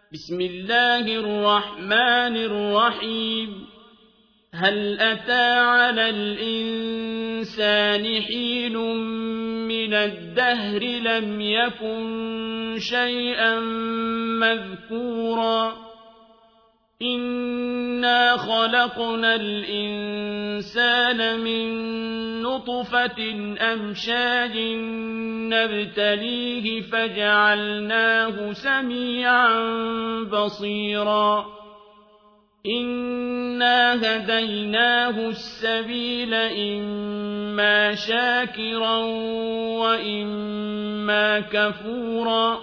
بسم الله الرحمن الرحيم هل أتى على الإنسان حين من الدهر لم يكن شيئا مذكورا إنا خلقنا الإنسان من نطفة أمشاج نبتليه فجعلناه سميعا بصيرا إنا هديناه السبيل إما شاكرا وإما كفورا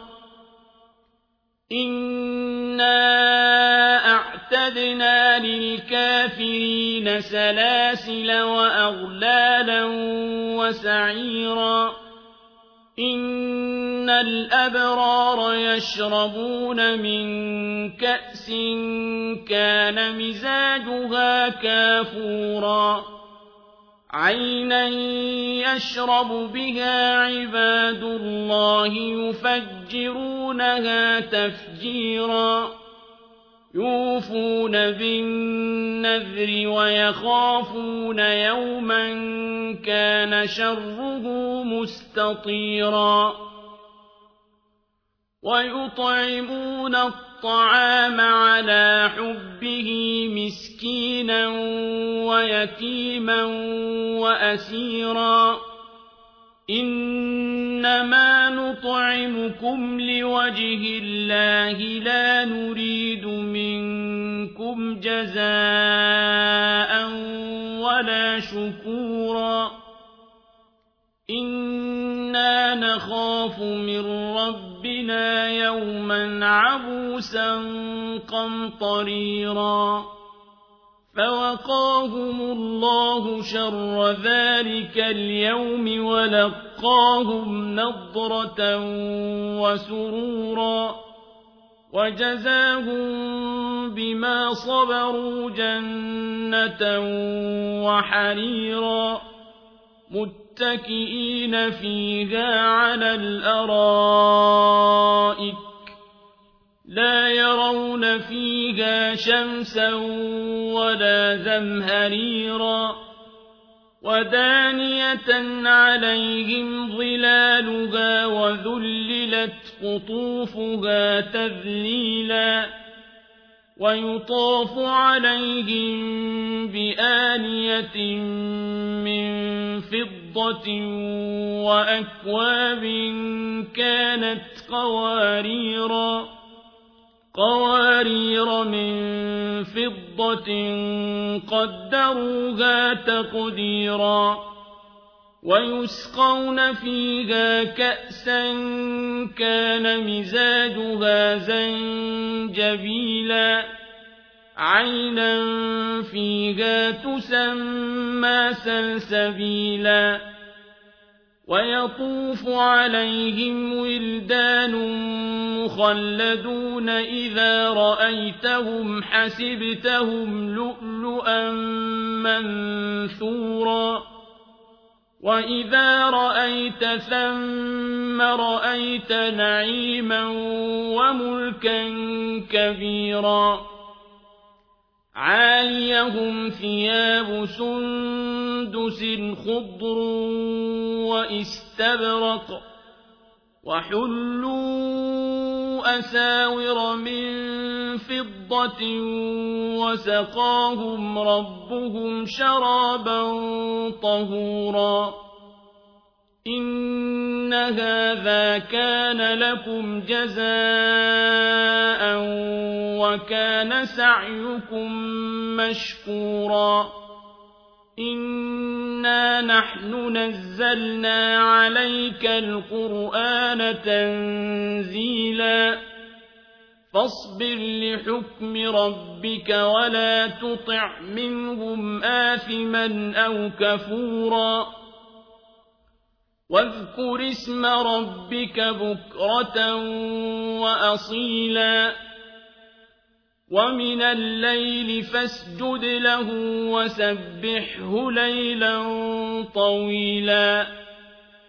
إنا أعتدنا للكافرين سلاسل وأغلالا وسعيرا إن الأبرار يشربون من كأس كان مزاجها كافورا عينا يشرب بها عباد الله يفجرونها تفجيرا يوفون بالنذر ويخافون يوما كان شره مستطيرا ويطعمون الطعام على حبه مسكينا ويتيما وأسيرا إنما نطعمكم لوجه الله لا نريد منكم جزاء ولا شكورا إنا نخاف من ربنا يوما عبوسا قمطريرا فوقاهم الله شر ذلك اليوم ولقاهم نضرة وسرورا وجزاهم بما صبروا جنة وحريرا متكئين فيها على الأرائك لا يرون فيها شمسا ولا زمهريرا ودانية عليهم ظلالها وذللت قطوفها تذليلا ويطاف عليهم بآنية من فضة وأكواب كانت قوارير من فضة قدروها تقديرا ويسقون فيها كأسا كان مزاجها زنجبيلا عينا فيها تسمى سلسبيلا ويطوف عليهم ولدان مخلدون إذا رأيتهم حسبتهم لؤلؤا منثورا وإذا رأيت ثم رأيت نعيما وملكا كبيرا عاليهم ثياب سندس خضر وإستبرق وحلوا أساور من فضة وسقاهم ربهم شرابا طهورا إن هذا كان لكم جزاء وكان سعيكم مشكورا إنا نحن نزلنا عليك القرآن تنزيلا فاصبر لحكم ربك ولا تطع منهم آثما أو كفورا واذكر اسم ربك بكرة وأصيلا ومن الليل فاسجد له وسبحه ليلا طويلا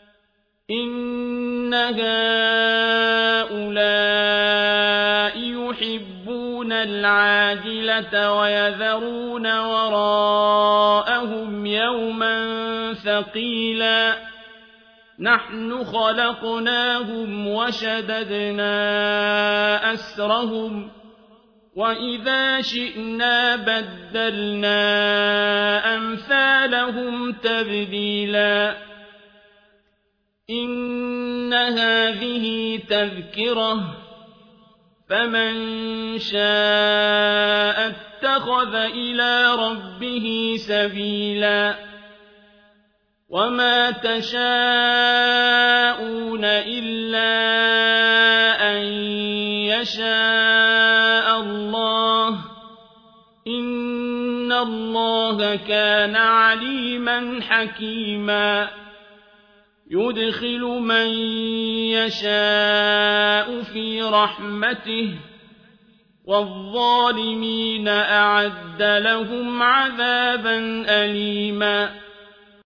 إن هؤلاء يحبون العاجلة ويذرون وراءهم يوما ثقيلا نحن خلقناهم وشددنا أسرهم وإذا شئنا بدلنا أمثالهم تبديلا إن هذه تذكرة فمن شاء اتخذ إلى ربه سبيلا وما تشاءون إلا أن يشاء الله إن الله كان عليما حكيما يدخل من يشاء في رحمته والظالمين أعد لهم عذابا أليما